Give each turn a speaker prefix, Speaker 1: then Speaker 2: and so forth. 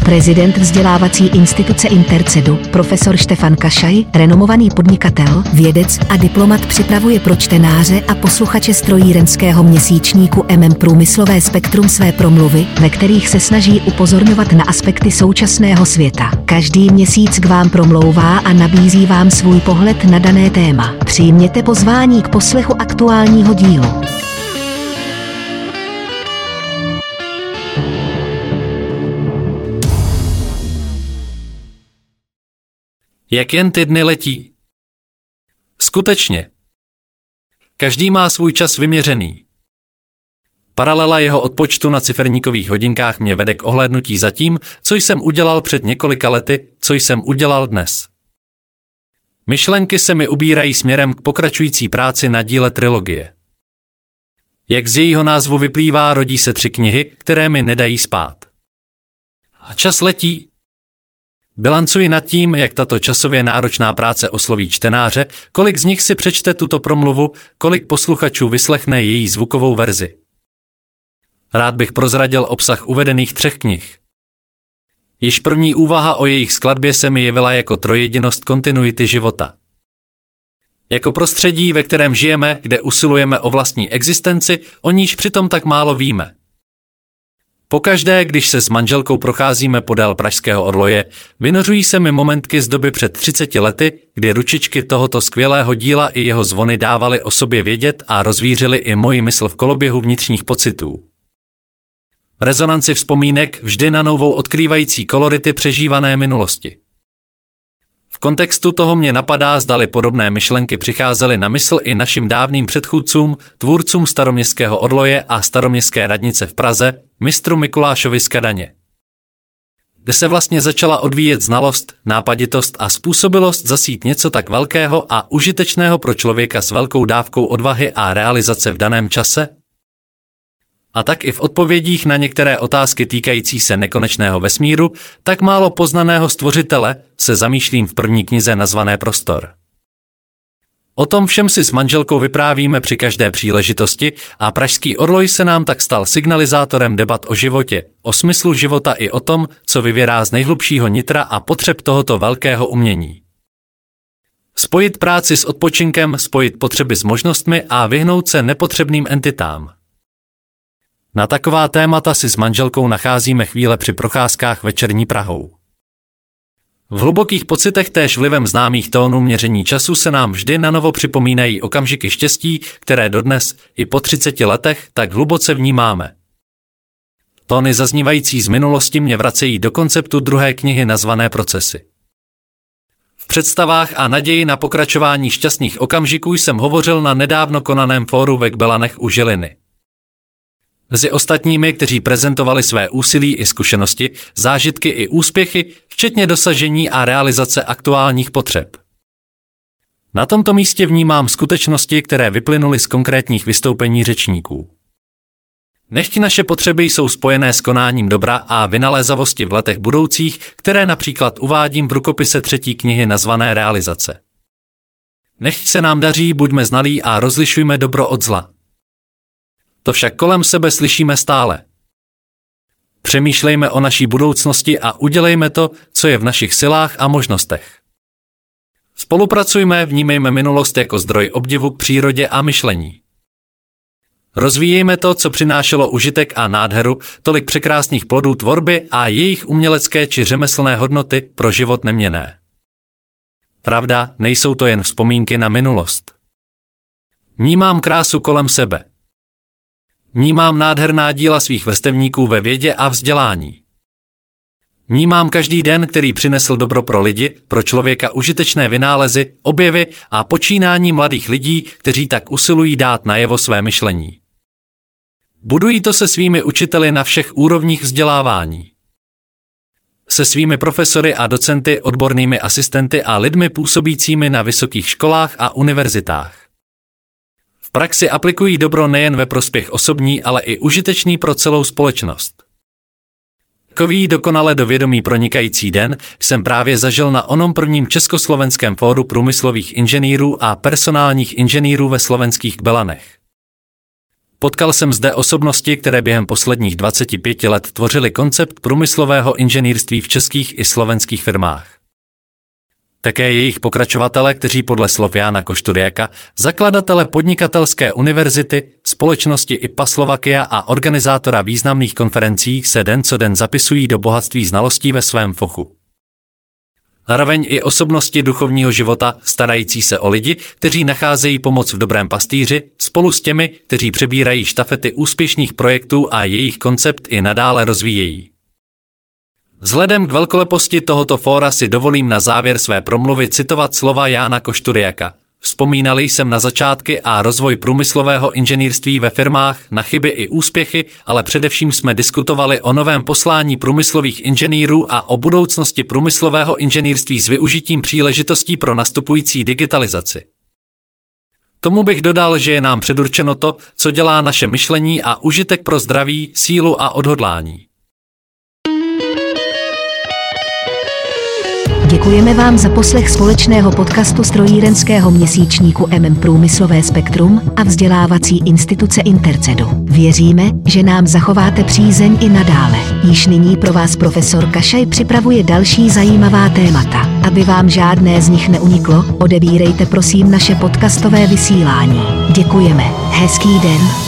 Speaker 1: Prezident vzdělávací instituce Intercedu, profesor Štefan Kašaj, renomovaný podnikatel, vědec a diplomat, připravuje pro čtenáře a posluchače strojírenského měsíčníku Průmyslové spektrum své promluvy, ve kterých se snaží upozorňovat na aspekty současného světa. Každý měsíc k vám promlouvá a nabízí vám svůj pohled na dané téma. Přijměte pozvání k poslechu aktuálního dílu.
Speaker 2: Jak jen ty dny letí. Skutečně. Každý má svůj čas vyměřený. Paralela jeho odpočtu na ciferníkových hodinkách mě vede k ohlédnutí za tím, co jsem udělal před několika lety, co jsem udělal dnes. Myšlenky se mi ubírají směrem k pokračující práci na díle trilogie. Jak z jejího názvu vyplývá, rodí se 3 knihy, které mi nedají spát. A čas letí. Bilancuji nad tím, jak tato časově náročná práce osloví čtenáře, kolik z nich si přečte tuto promluvu, kolik posluchačů vyslechne její zvukovou verzi. Rád bych prozradil obsah uvedených 3 knih. Již první úvaha o jejich skladbě se mi jevila jako trojjedinost kontinuity života. Jako prostředí, ve kterém žijeme, kde usilujeme o vlastní existenci, o níž přitom tak málo víme. Pokaždé, když se s manželkou procházíme podél pražského Orloje, vynořují se mi momentky z doby před 30 lety, kdy ručičky tohoto skvělého díla i jeho zvony dávaly o sobě vědět a rozvířily i moji mysl v koloběhu vnitřních pocitů. Rezonanci vzpomínek vždy na novou odkrývající kolority přežívané minulosti. V kontextu toho mě napadá, zdali podobné myšlenky přicházely na mysl i našim dávným předchůdcům, tvůrcům staroměstského Orloje a staroměstské radnice v Praze, mistru Mikulášovi z Kadaně. Kde se vlastně začala odvíjet znalost, nápaditost a způsobilost zasít něco tak velkého a užitečného pro člověka s velkou dávkou odvahy a realizace v daném čase? A tak i v odpovědích na některé otázky týkající se nekonečného vesmíru, tak málo poznaného stvořitele, se zamýšlím v první knize nazvané Prostor. O tom všem si s manželkou vyprávíme při každé příležitosti a pražský Orloj se nám tak stal signalizátorem debat o životě, o smyslu života i o tom, co vyvěrá z nejhlubšího nitra a potřeb tohoto velkého umění. Spojit práci s odpočinkem, spojit potřeby s možnostmi a vyhnout se nepotřebným entitám. Na taková témata si s manželkou nacházíme chvíle při procházkách večerní Prahou. V hlubokých pocitech též vlivem známých tónů měření času se nám vždy nanovo připomínají okamžiky štěstí, které dodnes, i po 30 letech, tak hluboce vnímáme. Tóny zaznívající z minulosti mě vracejí do konceptu druhé knihy nazvané Procesy. V představách a naději na pokračování šťastných okamžiků jsem hovořil na nedávno konaném fóru ve Kbelanech u Žiliny. Mezi ostatními, kteří prezentovali své úsilí i zkušenosti, zážitky i úspěchy, včetně dosažení a realizace aktuálních potřeb. Na tomto místě vnímám skutečnosti, které vyplynuly z konkrétních vystoupení řečníků. Nechť naše potřeby jsou spojené s konáním dobra a vynalézavosti v letech budoucích, které například uvádím v rukopise 3. knihy nazvané Realizace. Nechť se nám daří, buďme znalí a rozlišujme dobro od zla. To však kolem sebe slyšíme stále. Přemýšlejme o naší budoucnosti a udělejme to, co je v našich silách a možnostech. Spolupracujme, vnímejme minulost jako zdroj obdivu k přírodě a myšlení. Rozvíjejme to, co přinášelo užitek a nádheru, tolik překrásných plodů tvorby a jejich umělecké či řemeslné hodnoty pro život neměnné. Pravda, nejsou to jen vzpomínky na minulost. Vnímám krásu kolem sebe. Vnímám nádherná díla svých vrstevníků ve vědě a vzdělání. Vnímám každý den, který přinesl dobro pro lidi, pro člověka užitečné vynálezy, objevy a počínání mladých lidí, kteří tak usilují dát najevo své myšlení. Budují to se svými učiteli na všech úrovních vzdělávání. Se svými profesory a docenty, odbornými asistenty a lidmi působícími na vysokých školách a univerzitách. V praxi aplikují dobro nejen ve prospěch osobní, ale i užitečný pro celou společnost. Takový dokonale do vědomí pronikající den jsem právě zažil na onom prvním československém fóru průmyslových inženýrů a personálních inženýrů ve slovenských Kbelanech. Potkal jsem zde osobnosti, které během posledních 25 let tvořily koncept průmyslového inženýrství v českých i slovenských firmách. Také jejich pokračovatele, kteří podle slov Jána Koštuриaka, zakladatele podnikatelské univerzity, společnosti IPA Slovakia a organizátora významných konferencí, se den co den zapisují do bohatství znalostí ve svém fochu. Zároveň i osobnosti duchovního života, starající se o lidi, kteří nacházejí pomoc v dobrém pastýři, spolu s těmi, kteří přebírají štafety úspěšných projektů a jejich koncept i nadále rozvíjejí. Vzhledem k velkoleposti tohoto fóra si dovolím na závěr své promluvy citovat slova Jána Koštuриaka. Vzpomínali jsem na začátky a rozvoj průmyslového inženýrství ve firmách, na chyby i úspěchy, ale především jsme diskutovali o novém poslání průmyslových inženýrů a o budoucnosti průmyslového inženýrství s využitím příležitostí pro nastupující digitalizaci. Tomu bych dodal, že je nám předurčeno to, co dělá naše myšlení a užitek pro zdraví, sílu a odhodlání.
Speaker 1: Děkujeme vám za poslech společného podcastu strojírenského měsíčníku Průmyslové spektrum a vzdělávací instituce Intercedu. Věříme, že nám zachováte přízeň i nadále. Již nyní pro vás profesor Kašaj připravuje další zajímavá témata. Aby vám žádné z nich neuniklo, odebírejte prosím naše podcastové vysílání. Děkujeme. Hezký den.